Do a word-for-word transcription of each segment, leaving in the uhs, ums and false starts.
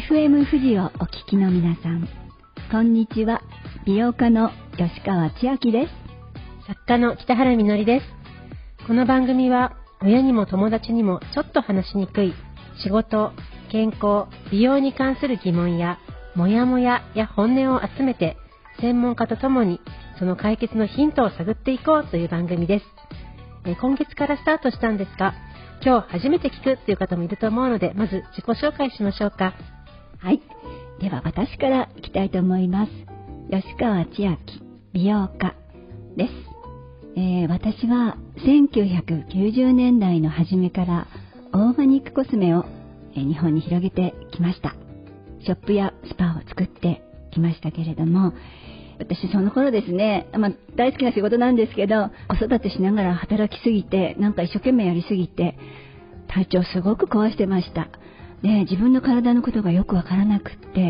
エフエム 富士をお聞きの皆さん、こんにちは。美容家の吉川千明です。 作家の北原みのりです。この番組は親にも友達にもちょっと話しにくい仕事、健康、美容に関する疑問やモヤモヤや本音を集めて、専門家とともにその解決のヒントを探っていこうという番組です。えー、今月からスタートしたんですが、今日初めて聞くという方もいると思うので、まず自己紹介しましょうか。 はい、では私からいきたいと思います。吉川千明、美容家です。えー、私はせんきゅうひゃくきゅうじゅうねんだいの初めからオーガニックコスメを、えー、日本に広げてきました。ショップやスパを作ってきましたけれども、私その頃ですね、まあ、大好きな仕事なんですけど、子育てしながら働きすぎて、なんか一生懸命やりすぎて体調すごく壊してました。で、自分の体のことがよくわからなくって、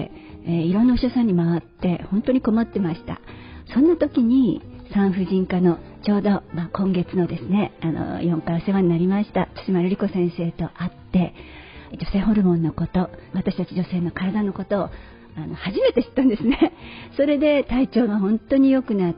えー、いろんなお医者さんに回って本当に困ってました。そんな時に産婦人科のちょうど、まあ、今月のですね、あのよんかいお世話になりました対馬瑠璃子先生と会って、女性ホルモンのこと、私たち女性の体のことをあの初めて知ったんですね。それで体調が本当に良くなって、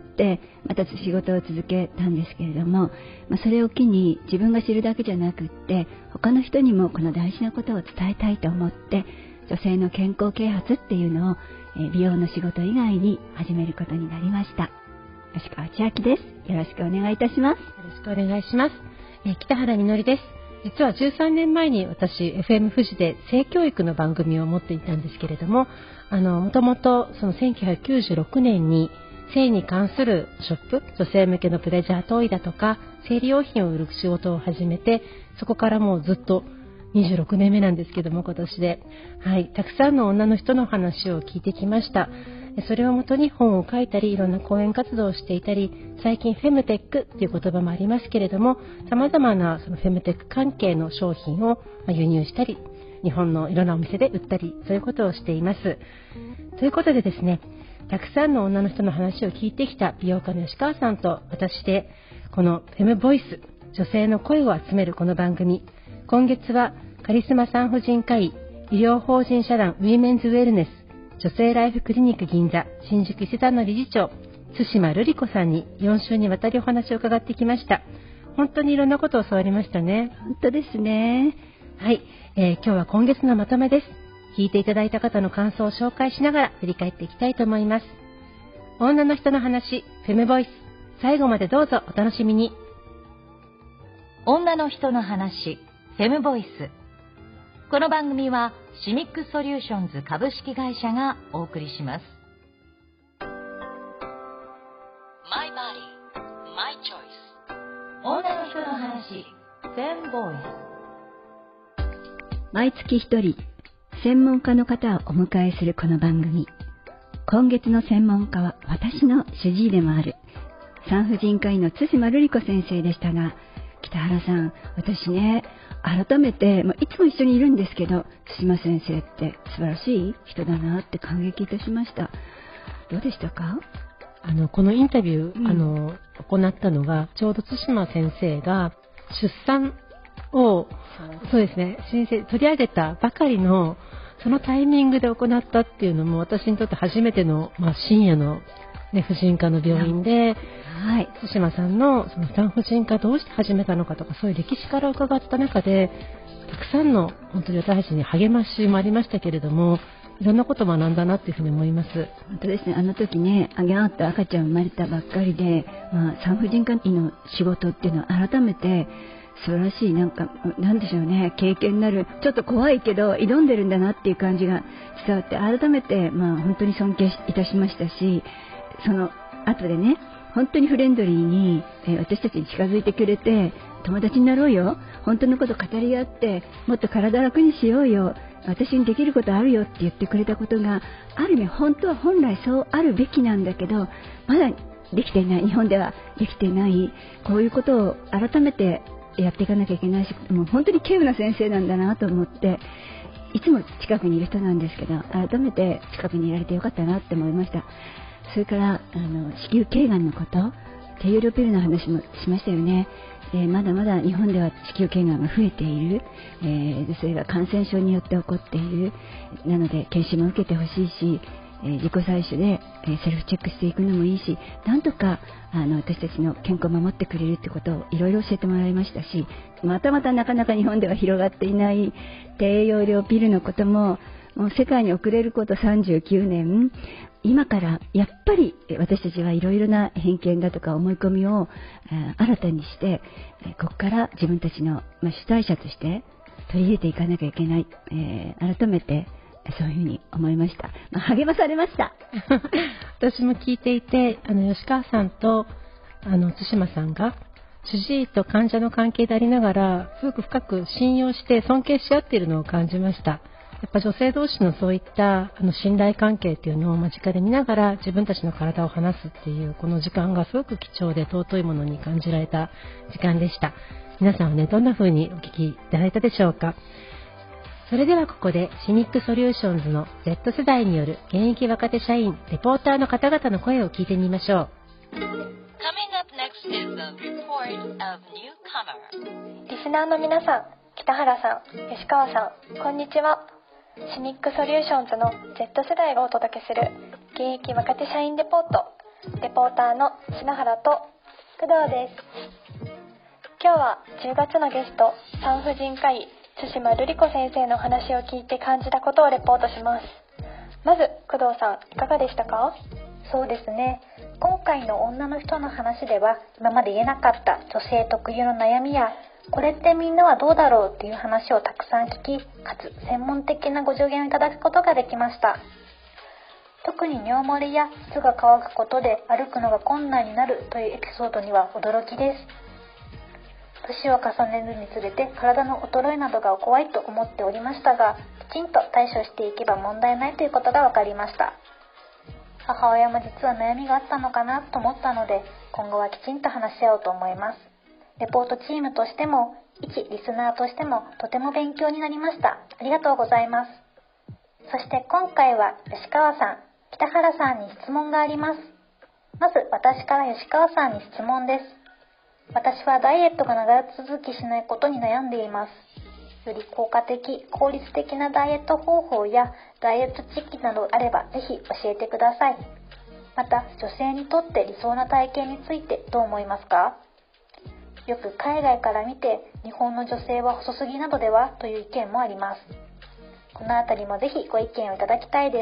また仕事を続けたんですけれども、まあ、それを機に自分が知るだけじゃなくって他の人にもこの大事なことを伝えたいと思って、女性の健康啓発っていうのを、えー、美容の仕事以外に始めることになりました。吉川千明です。よろしくお願いいたします。 よろしくお願いします。えー、北原みのりです。実はじゅうさんねんまえに私 エフエム 富士で性教育の番組を持っていたんですけれども、あのもともとそのせんきゅうひゃくきゅうじゅうろくねんに性に関するショップ、女性向けのプレジャートイだとか生理用品を売る仕事を始めて、そこからもうずっとにじゅうろくねんめなんですけども、今年で、はい、たくさんの女の人の話を聞いてきました。それをもとに本を書いたり、いろんな講演活動をしていたり、最近フェムテックという言葉もありますけれども、様々なそのフェムテック関係の商品を輸入したり、日本のいろんなお店で売ったり、そういうことをしています。ということでですね、たくさんの女の人の話を聞いてきた美容家の吉川さんと私で、このフェムボイス、女性の声を集めるこの番組、今月はカリスマ産婦人科医、医療法人社団ウィメンズウェルネス女性ライフクリニック銀座新宿伊勢丹の理事長対馬瑠璃子さんによん週にわたりお話を伺ってきました。本当にいろんなことを教わりましたね。 本当ですね。 はい、えー、今日は今月のまとめです。聞いていただいた方の感想を紹介しながら振り返っていきたいと思います。女の人の話、フェムボイス、最後までどうぞお楽しみに。 女の人の話、フェムボイス。この番組はシミックソリューションズ株式会社がお送りします。My body, my choice。女の人の話、フェムボイス。毎月一人専門家の方をお迎えするこの番組。今月の専門家は私の主治医でもある産婦人科医の対馬瑠璃子先生でしたが、北原さん、私ね、改めて、まあ、いつも一緒にいるんですけど、対馬先生って素晴らしい人だなって感激いたしました。どうでしたか？ あのこのインタビュー、 うん、 あの行ったのがちょうど対馬先生が出産をそうですね先生取り上げたばかりのそのタイミングで行ったっていうのも、私にとって初めての、まあ、深夜の、ね、婦人科の病院で、はい、対馬さんのその産婦人科どうして始めたのかとか、そういう歴史から伺った中で、たくさんの本当に私たちに励ましもありましたけれども、いろんなことを学んだなっていうふうに思います。 本当ですね。あの時ね、あぎゃーっと赤ちゃん生まれたばっかりで、まあ、産婦人科医の仕事っていうのは改めて素晴らしい、なんかなんでしょうね、経験になる、ちょっと怖いけど挑んでるんだなっていう感じが伝わって、改めて、まあ、本当に尊敬いたしましたし、その後でね、本当にフレンドリーに、えー、私たちに近づいてくれて、友達になろうよ、本当のこと語り合って、もっと体楽にしようよ、私にできることあるよって言ってくれたことが、ある意味本当は本来そうあるべきなんだけど、まだできていない、日本ではできていない、こういうことを改めてやっていかなきゃいけないし、もう本当に稀有な先生なんだなと思って、いつも近くにいる人なんですけど、改めて近くにいられてよかったなって思いました。それからあの子宮頸がんのこと、低用量ピルの話もしましたよね。 でまだまだ日本では子宮頸がんが増えている、えー、それが感染症によって起こっている。なので検診も受けてほしいし、えー、自己採取で、えー、セルフチェックしていくのもいいし、なんとかあの私たちの健康を守ってくれるってことをいろいろ教えてもらいましたし、またまたなかなか日本では広がっていない低用量ピルのことも、もう世界に遅れることさんじゅうきゅうねん、今からやっぱり私たちはいろいろな偏見だとか思い込みを、えー、新たにして、ここから自分たちの、まあ、主催者として取り入れていかなきゃいけない、えー、改めてそういうふうに思いました。まあ、励まされました私も聞いていて、あの吉川さんとあの対馬さんが主治医と患者の関係でありながらすごく深く信用して尊敬し合っているのを感じました。やっぱ女性同士のそういったあの信頼関係っていうのを間近で見ながら自分たちの体を話すっていうこの時間がすごく貴重で尊いものに感じられた時間でした。皆さんはね、どんな風にお聞きいただいたでしょうか。それではここでシニックソリューションズの Z 世代による現役若手社員レポーターの方々の声を聞いてみましょう。 Coming up next is the report of newcomer. リスナーの皆さん、北原さん、吉川さん、こんにちは。シニックソリューションズの Z 世代がお届けする現役若手社員レポート、レポーターの篠原と工藤です。今日はじゅうがつのゲスト、産婦人科医対馬瑠璃子先生の話を聞いて感じたことをレポートします。まず工藤さん、いかがでしたか？ そうですね、今回の女の人の話では今まで言えなかった女性特有の悩みや、これってみんなはどうだろうっていう話をたくさん聞き、かつ専門的なご助言をいただくことができました。特に尿漏れや膣が乾くことで歩くのが困難になるというエピソードには驚きです。年を重ねるにつれて体の衰えなどが怖いと思っておりましたが、きちんと対処していけば問題ないということが分かりました。母親も実は悩みがあったのかなと思ったので、今後はきちんと話し合おうと思います。レポートチームとしても、一リスナーとしてもとても勉強になりました。ありがとうございます。そして今回は吉川さん、北原さんに質問があります。まず私から吉川さんに質問です。私はダイエットが長続きしないことに悩んでいます。より効果的、効率的なダイエット方法やダイエット知識などあればぜひ教えてください。また女性にとって理想な体型についてどう思いますか？よく海外から見て日本の女性は細すぎなどではという意見もあります。このあたりもぜひご意見をいただきたいです。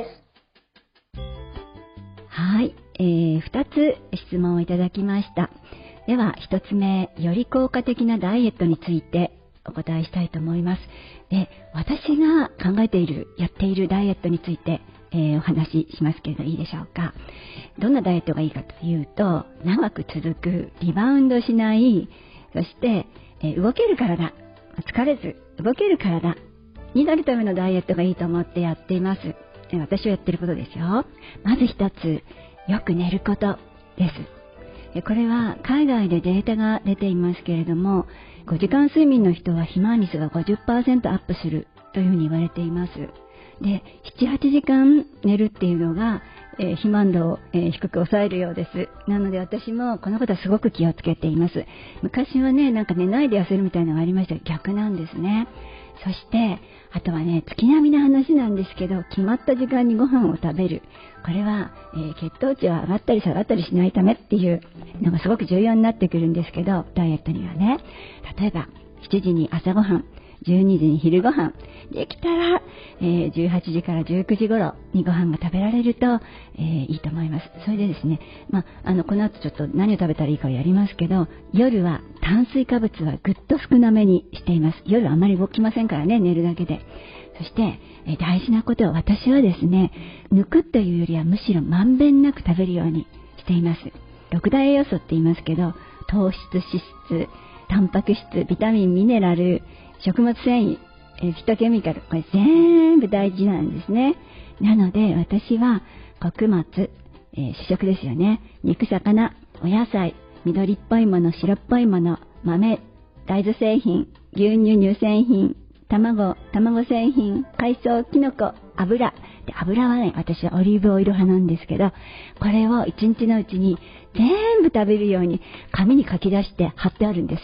はい、えー、ふたつ質問をいただきました。ではひとつめ、より効果的なダイエットについてお答えしたいと思います。で、私が考えている、やっているダイエットについて、えー、お話ししますけれどいいでしょうか。どんなダイエットがいいかというと、長く続く、リバウンドしない、そして、えー、動ける体、疲れず動ける体になるためのダイエットがいいと思ってやっています。えー、私はやってることですよ。まず一つ、よく寝ることです。えー、これは海外でデータが出ていますけれども、ごじかん睡眠の人は肥満率が ごじゅっパーセント アップするというふうに言われています。で、なな、はちじかん寝るっていうのが、えー、肥満度を、えー、低く抑えるようです。なので私もこのことはすごく気をつけています。昔はね、なんか寝ないで痩せるみたいなのがありましたが、逆なんですね。そして、あとはね、月並みな話なんですけど、決まった時間にご飯を食べる。これは、えー、血糖値は上がったり下がったりしないためっていうのがすごく重要になってくるんですけど、ダイエットにはね。例えば、しちじに朝ごはん、じゅうにじに昼ご飯、できたら、えー、じゅうはちじからじゅうくじ頃にご飯が食べられると、えー、いいと思います。それでですね、まあ、あのこの後ちょっと何を食べたらいいかをやりますけど、夜は炭水化物はぐっと少なめにしています。夜あまり動きませんからね、寝るだけで。そして、えー、大事なことは、私はですね、抜くというよりはむしろまんべんなく食べるようにしています。六大栄養素って言いますけど、糖質、脂質、タンパク質、ビタミン、ミネラル、食物繊維、えー、フィトケミカル、これ全部大事なんですね。なので私は穀物、えー、主食ですよね。肉、魚、お野菜、緑っぽいもの、白っぽいもの、豆、大豆製品、牛乳、乳製品、卵、卵製品、海藻、キノコ、油。で、油はね、私はオリーブオイル派なんですけど、これを一日のうちに全部食べるように紙に書き出して貼ってあるんです。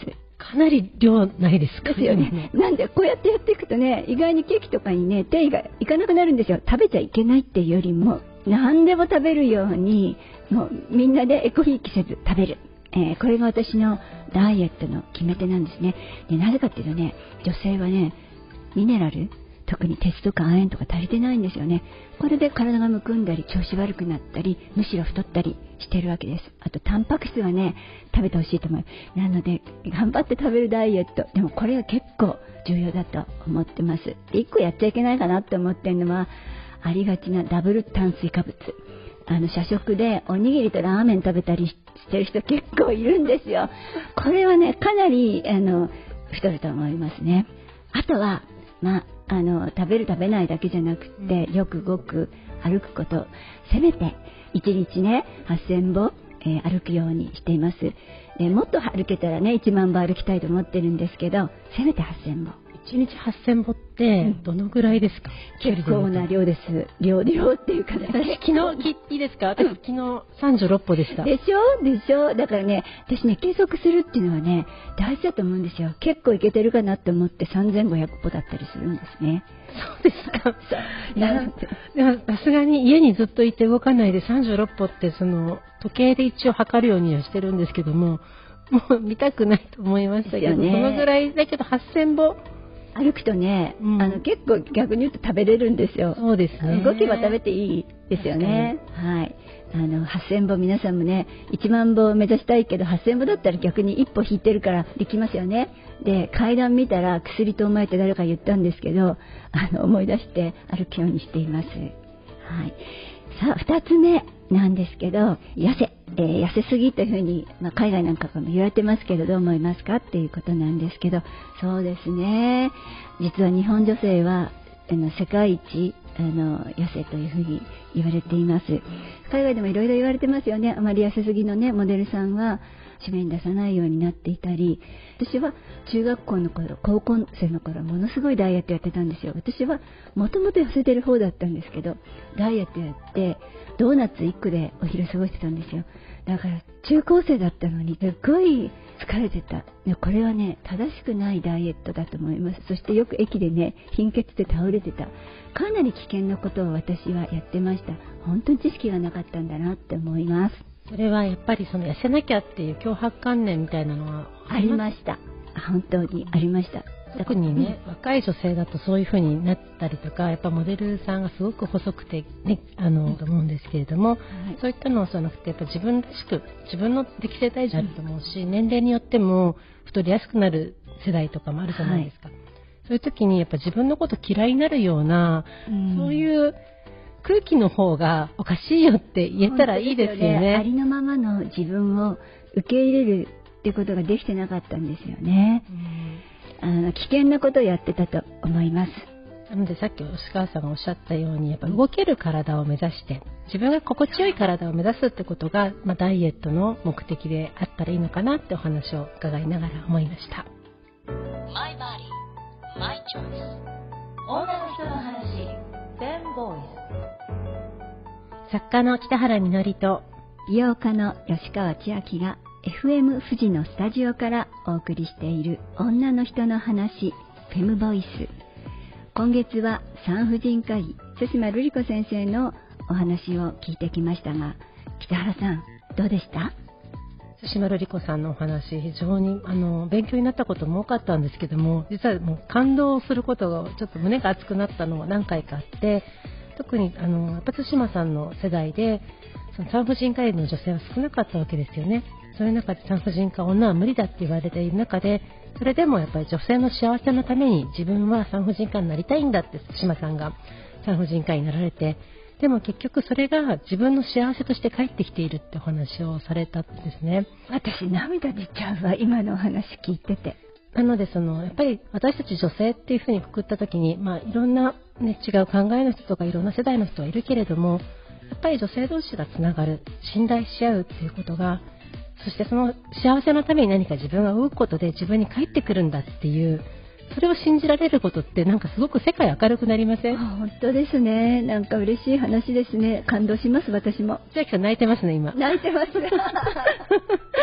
かなり量ないですか？ ですよね。なんでこうやってやっていくとね、意外にケーキとかにね手がいかなくなるんですよ。食べちゃいけないっていうよりも何でも食べるように、もうみんなでエコひいきせず食べる、えー、これが私のダイエットの決め手なんですね。でなぜかっていうとね、女性はねミネラル、特に鉄とか亜鉛とか足りてないんですよね。これで体がむくんだり調子悪くなったり、むしろ太ったりしてるわけです。あとタンパク質はね食べてほしいと思う。なので頑張って食べるダイエット、でもこれは結構重要だと思ってます。でいっこやっちゃいけないかなって思ってるのは、ありがちなダブル炭水化物。あの社食でおにぎりとラーメン食べたりしてる人結構いるんですよ。これはねかなりあの太ると思いますね。あとはまああの食べる食べないだけじゃなくて、よくごく歩くこと、せめていちにちねはっせんぼ、えー、歩くようにしています。えー、もっと歩けたらねいちまんぼ歩きたいと思ってるんですけど、せめてはっせんぼ。 いちにちはっせんぼってどのぐらいですか？ うん、結構な量です。量量っていうかね。 昨日いいですか？私、うん、昨日さんじゅうろっぽでした。 でしょでしょ。だからね、私ね計測するっていうのはね大事だと思うんですよ。結構いけてるかなって思ってさんぜんごひゃくぽだったりするんですね。 そうですか。いやでもさすがに家にずっといて動かないでさんじゅうろっぽってその時計で一応測るようにはしてるんですけども、もう見たくないと思いましたけど、ね、そのぐらいだけどはっせんぼ歩くとね、うん、あの結構逆に言うと食べれるんですよ。 そうですね。 動けば食べていいですよね。はい。あのはっせんぼ、皆さんもねいちまんぼを目指したいけどはっせんぼだったら逆に一歩引いてるからできますよね。で階段見たら薬とお前って誰か言ったんですけど、あの思い出して歩くようにしています。はい。さあふたつめなんですけど、痩せ、えー、痩せすぎというふうに、まあ、海外なんかからも言われてますけど、どう思いますかっていうことなんですけど、そうですね、実は日本女性はあの世界一あの痩せというふうに言われています。海外でもいろいろ言われてますよね。あまり痩せすぎのねモデルさんは紙面に出さないようになっていたり、私は中学校の頃、高校生の頃ものすごいダイエットやってたんですよ。私はもともと痩せてる方だったんですけど、ダイエットやってドーナツいっこでお昼過ごしてたんですよ。だから中高生だったのにすっごい疲れてた。でこれはね正しくないダイエットだと思います。そしてよく駅でね貧血で倒れてた。かなり危険なことを私はやってました。本当に知識がなかったんだなって思います。 それはやっぱりその痩せなきゃっていう強迫観念みたいなのはありました。本当にありました。 特にね、うん、若い女性だとそういう風になったりとか、やっぱモデルさんがすごく細くてね、あのと思うんですけれども、はい、そういったのはそうなくて、やっぱ自分らしく自分の適正体重あると思うし、うん、年齢によっても太りやすくなる世代とかもあるじゃないですか。はい、そういう時にやっぱ自分のこと嫌いになるような、うん、そういう空気の方がおかしいよって言えたらいいですよね。 よね、ありのままの自分を受け入れるってことができてなかったんですよね。うん、あの危険なことをやってたと思います。 なのでさっき吉川さんがおっしゃったように、やっぱ動ける体を目指して自分が心地よい体を目指すってことが、まあ、ダイエットの目的であったらいいのかなってお話を伺いながら思いました。 マイバディマイチョイス、女の人の話、フェムボイス。 作家の北原みのりと美容家の吉川千明が エフエム 富士のスタジオからお送りしている女の人の話、フェムボイス。今月は産婦人科医津島瑠璃子先生のお話を聞いてきましたが、北原さんどうでした？ 津島瑠璃子さんのお話、非常にあの勉強になったことも多かったんですけども、実はもう感動することがちょっと胸が熱くなったのが何回かあって、特にあの津島さんの世代でその産婦人科医の女性は少なかったわけですよね。そういう中で産婦人科、女は無理だって言われている中で、それでもやっぱり女性の幸せのために自分は産婦人科になりたいんだって津島さんが産婦人科医になられて、でも結局それが自分の幸せとして帰ってきているってお話をされたんですね。 私涙出ちゃうわ、今のお話聞いてて。 なのでそのやっぱり私たち女性っていうふうにくくった時に、まあ、いろんな、ね、違う考えの人とかいろんな世代の人はいるけれども、やっぱり女性同士がつながる、信頼し合うっていうことが、そしてその幸せのために何か自分が動くことで自分に返ってくるんだっていう、それを信じられることってなんかすごく世界明るくなりません？ 本当ですね。なんか嬉しい話ですね。感動します。私も。 千秋さん泣いてますね今。 泣いてます。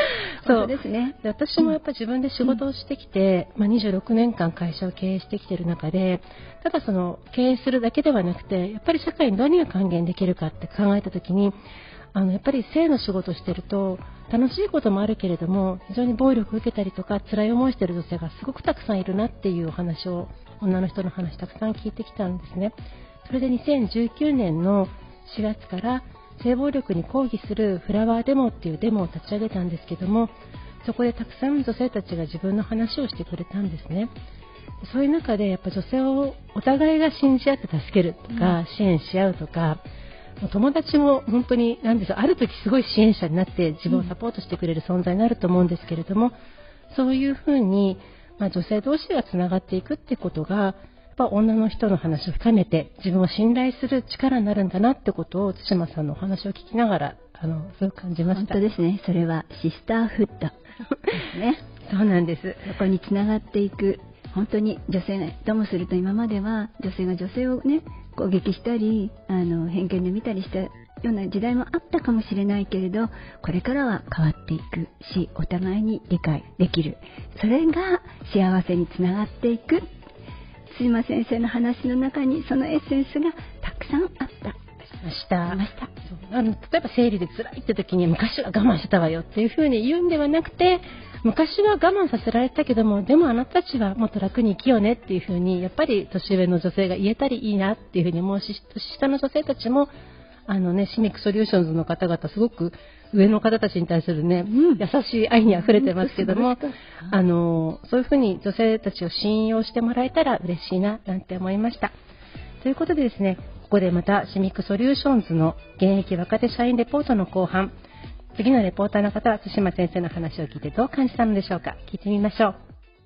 そうですね。 で私もやっぱり自分で仕事をしてきて、うんまあ、にじゅうろくねんかん会社を経営してきている中で、ただその経営するだけではなくて、やっぱり社会に何が還元できるかって考えたときに、あのやっぱり性の仕事をしていると楽しいこともあるけれども、非常に暴力を受けたりとか辛い思いをしている女性がすごくたくさんいるなっていうお話を、女の人の話たくさん聞いてきたんですね。それでにせんじゅうきゅうねんのしがつから性暴力に抗議するフラワーデモっていうデモを立ち上げたんですけども、そこでたくさんの女性たちが自分の話をしてくれたんですね。そういう中でやっぱ女性をお互いが信じ合って助けるとか、うん、支援し合うとか、友達も本当に何でしょう、ある時すごい支援者になって自分をサポートしてくれる存在になると思うんですけれども、そういうふうに、まあ、女性同士がつながっていくってことが、やっぱ女の人の話を深めて自分を信頼する力になるんだなってことを対馬さんのお話を聞きながらあのそう感じました。 本当ですね。それはシスターフッドですね。 そうなんです。 そこにつながっていく。本当に女性ともすると、今までは女性が女性をね攻撃したりあの偏見で見たりしたような時代もあったかもしれないけれど、これからは変わっていくし、お互いに理解できる、それが幸せにつながっていく。対馬先生の話の中にそのエッセンスがたくさんあったましたましたあの例えば生理で辛いって時に、昔は我慢してたわよっていう風に言うんではなくて、昔は我慢させられたけども、でもあなたたちはもっと楽に生きようねっていう風に、やっぱり年上の女性が言えたりいいなっていう風に思うし、年下の女性たちもあのね、シミックソリューションズの方々すごく上の方たちに対するね、うん、優しい愛にあふれてますけども、あのそういう風に女性たちを信用してもらえたら嬉しいななんて思いました。ということでですね、ここでまたシミックソリューションズの現役若手社員レポートの後半、次のレポーターの方は対馬先生の話を聞いてどう感じたのでしょうか。聞いてみましょう。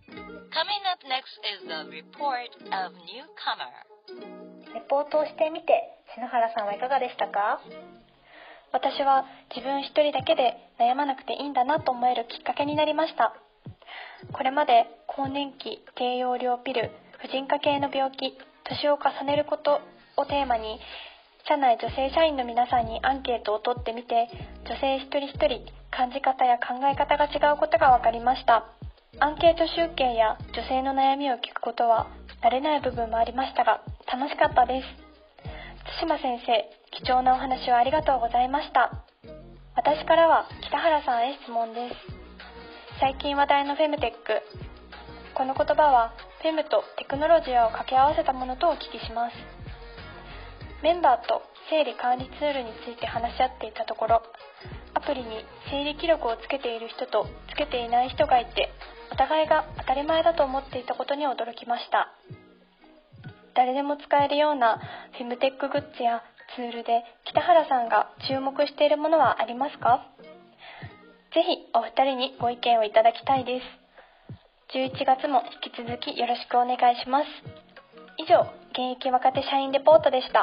Coming up next is the report of newcomer。 レポートをしてみて篠原さんはいかがでしたか？ 私は自分一人だけで悩まなくていいんだなと思えるきっかけになりました。これまで更年期、低用量ピル、婦人科系の病気、年を重ねることをテーマに、社内女性社員の皆さんにアンケートを取ってみて、女性一人一人感じ方や考え方が違うことが分かりました。アンケート集計や女性の悩みを聞くことは慣れない部分もありましたが、楽しかったです。対馬先生、貴重なお話をありがとうございました。私からは北原さんへ質問です。最近話題のフェムテック、この言葉はフェムとテクノロジーを掛け合わせたものとお聞きします。メンバーと生理管理ツールについて話し合っていたところ、アプリに生理記録をつけている人とつけていない人がいて、お互いが当たり前だと思っていたことに驚きました。誰でも使えるようなフェムテックグッズやツールで北原さんが注目しているものはありますか？ぜひお二人にご意見をいただきたいです。じゅういちがつも引き続きよろしくお願いします。以上、現役若手社員レポートでした。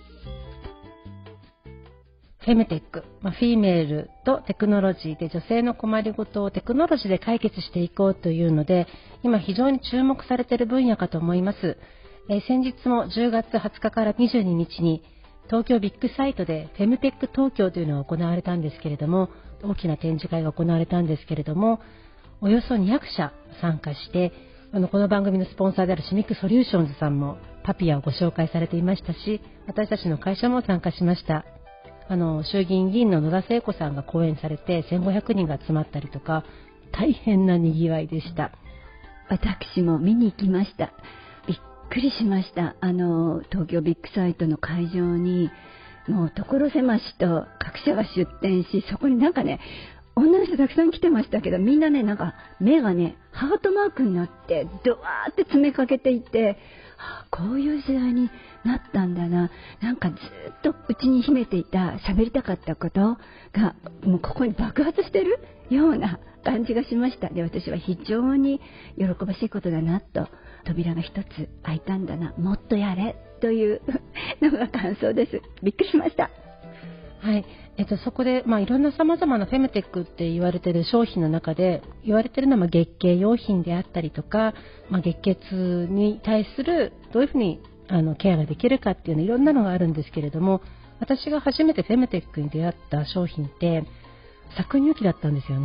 フェムテック、まあ、フィメールとテクノロジーで女性の困りごとをテクノロジーで解決していこうというので、今非常に注目されている分野かと思います。えー、先日もじゅうがつはつかからにじゅうににちに東京ビッグサイトでフェムテック東京というのが行われたんですけれども、大きな展示会が行われたんですけれども、およそにひゃくしゃ参加して、あのこの番組のスポンサーであるシミックソリューションズさんもパピアをご紹介されていましたし、私たちの会社も参加しました。あの衆議院議員の野田聖子さんが講演されてせんごひゃくにんが集まったりとか、大変なにぎわいでした。 私も見に行きました。びっくりしました。あの東京ビッグサイトの会場にもう所狭しと各社が出展し、そこになんかね、女の人たくさん来てましたけど、みんなね、なんか目がねハートマークになってドワーって詰めかけていて、はあ、こういう時代になったんだな。なんかずっと内に秘めていた喋りたかったことがもうここに爆発してるような感じがしました。で、私は非常に喜ばしいことだなと、扉が一つ開いたんだな、もっとやれというのが感想です。びっくりしました。 はい、えっと、そこで、まあ、いろんなさまざまなフェムテックって言われている商品の中で言われているのは、まあ、月経用品であったりとか、まあ、月経痛に対するどういうふうにあのケアができるかっていうのいろんなのがあるんですけれども、私が初めてフェムテックに出会った商品って搾乳機だったんですよね。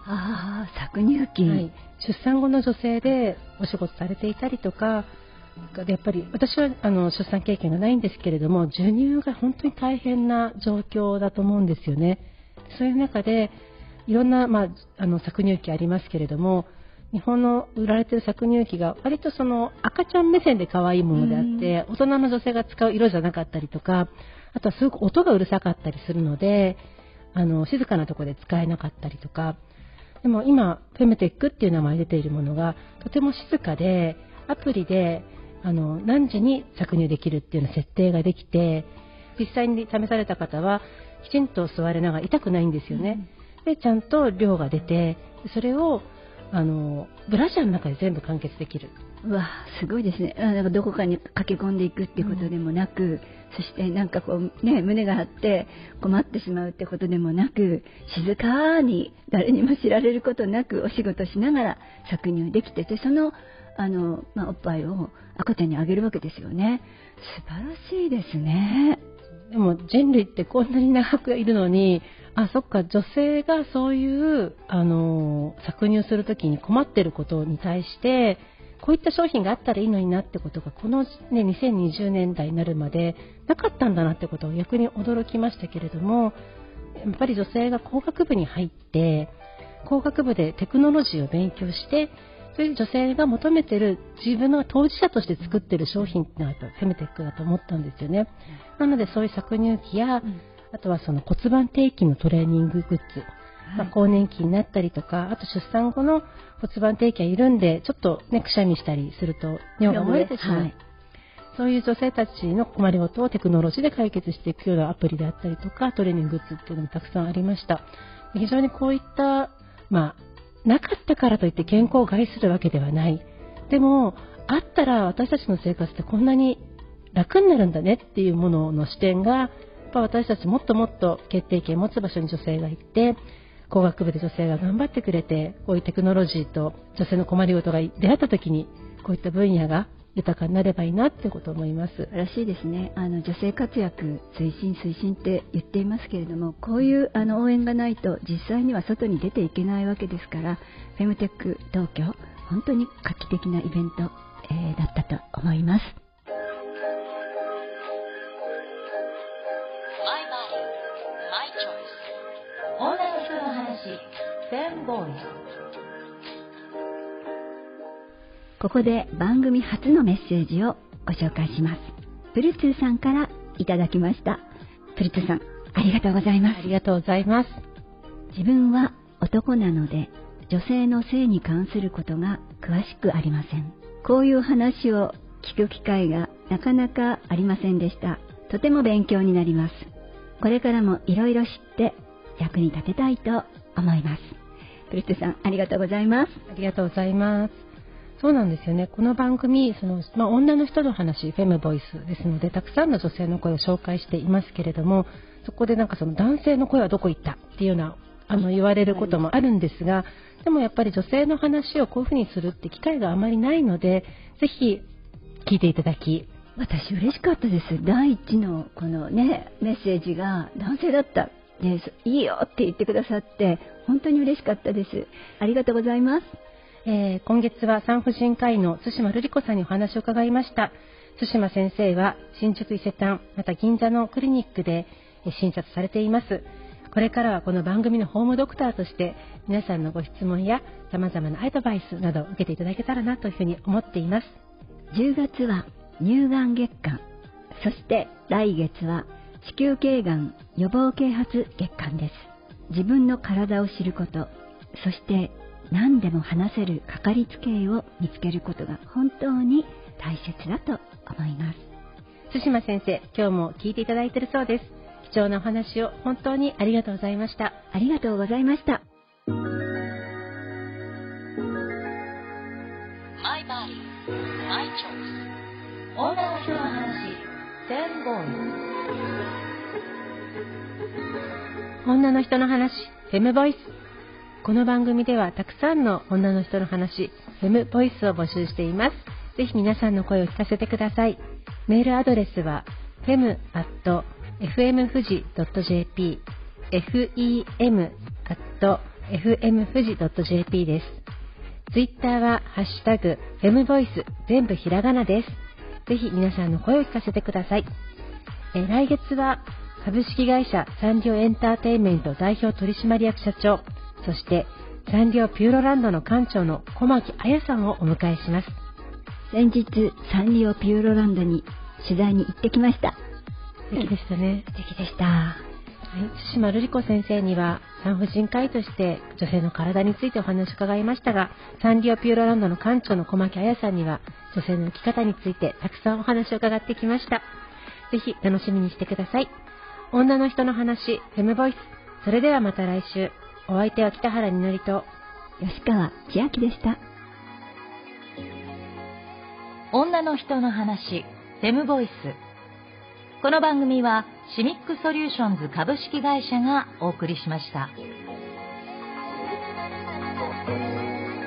ああ、搾乳機、 はい、出産後の女性でお仕事されていたりとか、やっぱり私はあの出産経験がないんですけれども、授乳が本当に大変な状況だと思うんですよね。そういう中でいろんな、まあ、あの搾乳機ありますけれども、日本の売られている搾乳機が割とその赤ちゃん目線で可愛いものであって、大人の女性が使う色じゃなかったりとか、あとはすごく音がうるさかったりするので、あの静かなところで使えなかったりとか。でも今フェムテックっていう名前出ているものがとても静かで、アプリであの何時に搾乳できるっていうような設定ができて、実際に試された方はきちんと座れながら痛くないんですよね、うん、でちゃんと量が出て、それをあのブラジャーの中で全部完結できる。 うわ、すごいですね。なんかどこかに駆け込んでいくっていうことでもなく、うん、そしてなんかこう、ね、胸が張って困ってしまうってことでもなく、静かに誰にも知られることなくお仕事しながら搾乳できてて、そのあの、まあ、おっぱいを赤ちゃんにあげるわけですよね。素晴らしいですね。 でも人類ってこんなに長くいるのに、あ、そっか、女性がそういうあの搾乳するときに困っていることに対してこういった商品があったらいいのになってことが、この、ね、にせんにじゅうねんだいになるまでなかったんだなってことを逆に驚きましたけれども、やっぱり女性が工学部に入って工学部でテクノロジーを勉強して、それで女性が求めている自分の当事者として作っている商品ってのがフェムテックだと思ったんですよね。なのでそういう搾乳機や、うん、あとはその骨盤底筋のトレーニンググッズ、まあ、更年期になったりとか、あと出産後の骨盤底筋が緩んでちょっと、ね、くしゃみしたりすると尿が漏れてしまう、はい、そういう女性たちの困りごとをテクノロジーで解決していくようなアプリであったりとか、トレーニンググッズっていうのもたくさんありました。非常にこういった、まあ、なかったからといって健康を害するわけではない。でもあったら私たちの生活ってこんなに楽になるんだねっていうものの視点が、やっぱ私たちもっともっと決定権を持つ場所に女性が行って、工学部で女性が頑張ってくれて、こういうテクノロジーと女性の困りごとが出会った時にこういった分野が豊かになればいいなってことを思います。 素晴らしいですね。あの女性活躍推進推進って言っていますけれども、こういうあの応援がないと実際には外に出ていけないわけですから、フェムテック東京本当に画期的なイベント、えー、だったと思います。 女の人の話、フェムボイス。 ここで番組初のメッセージをご紹介します。プルツーさんからいただきました。プルツーさん、ありがとうございます。 ありがとうございます。 自分は男なので女性の性に関することが詳しくありません。こういう話を聞く機会がなかなかありませんでした。とても勉強になります。これからもいろいろ知って役に立てたいと思います。プルツーさん、ありがとうございます。 ありがとうございます。そうなんですよね。この番組、その、まあ、女の人の話、フェムボイスですので、たくさんの女性の声を紹介していますけれども、そこでなんかその男性の声はどこ行ったっていうようなあの言われることもあるんですが、でもやっぱり女性の話をこういうふうにするって機会があまりないので、ぜひ聞いていただき、 私嬉しかったです。第一のこのねメッセージが男性だったで、いいよって言ってくださって本当に嬉しかったです。ありがとうございます。 えー、今月は産婦人科医の津島瑠璃子さんにお話を伺いました。津島先生は新宿伊勢丹、また銀座のクリニックで診察されています。これからはこの番組のホームドクターとして皆さんのご質問や様々なアドバイスなどを受けていただけたらなというふうに思っています。 じゅうがつは乳がん月間、そして来月は子宮頸がん予防啓発月間です。自分の体を知ること、そして何でも話せるかかりつけ医を見つけることが本当に大切だと思います。 津島先生、今日も聞いていただいているそうです。貴重なお話を本当にありがとうございました。 ありがとうございました。 マイバディ、マイチョイス。女の人の話、フェムボイス。 女の人の話、フェムボイス。この番組ではたくさんの女の人の話、フェムボイスを募集しています。ぜひ皆さんの声を聞かせてください。メールアドレスは フェム アット エフエム フジ ドット ジェーピー フェム アットエフエム 富士 ドット ジェーピー です。ツイッターはハッシュタグフェムボイス全部ひらがなです。ぜひ皆さんの声を聞かせてください。え来月は株式会社サンリオエンターテインメント代表取締役社長、そしてサンリオピューロランドの館長の小牧彩さんをお迎えします。 先日サンリオピューロランドに取材に行ってきました。 素敵でしたね。 素敵でした。 はい、対馬瑠璃子先生には産婦人科医として女性の体についてお話を伺いましたが、サンリオピューロランドの館長の小牧彩さんには女性の生き方についてたくさんお話を伺ってきました。ぜひ楽しみにしてください。女の人の話、フェムボイス。それではまた来週。お相手は北原みのりと吉川千秋でした。 女の人の話、フェムボイス。この番組はシミックソリューションズ株式会社がお送りしました。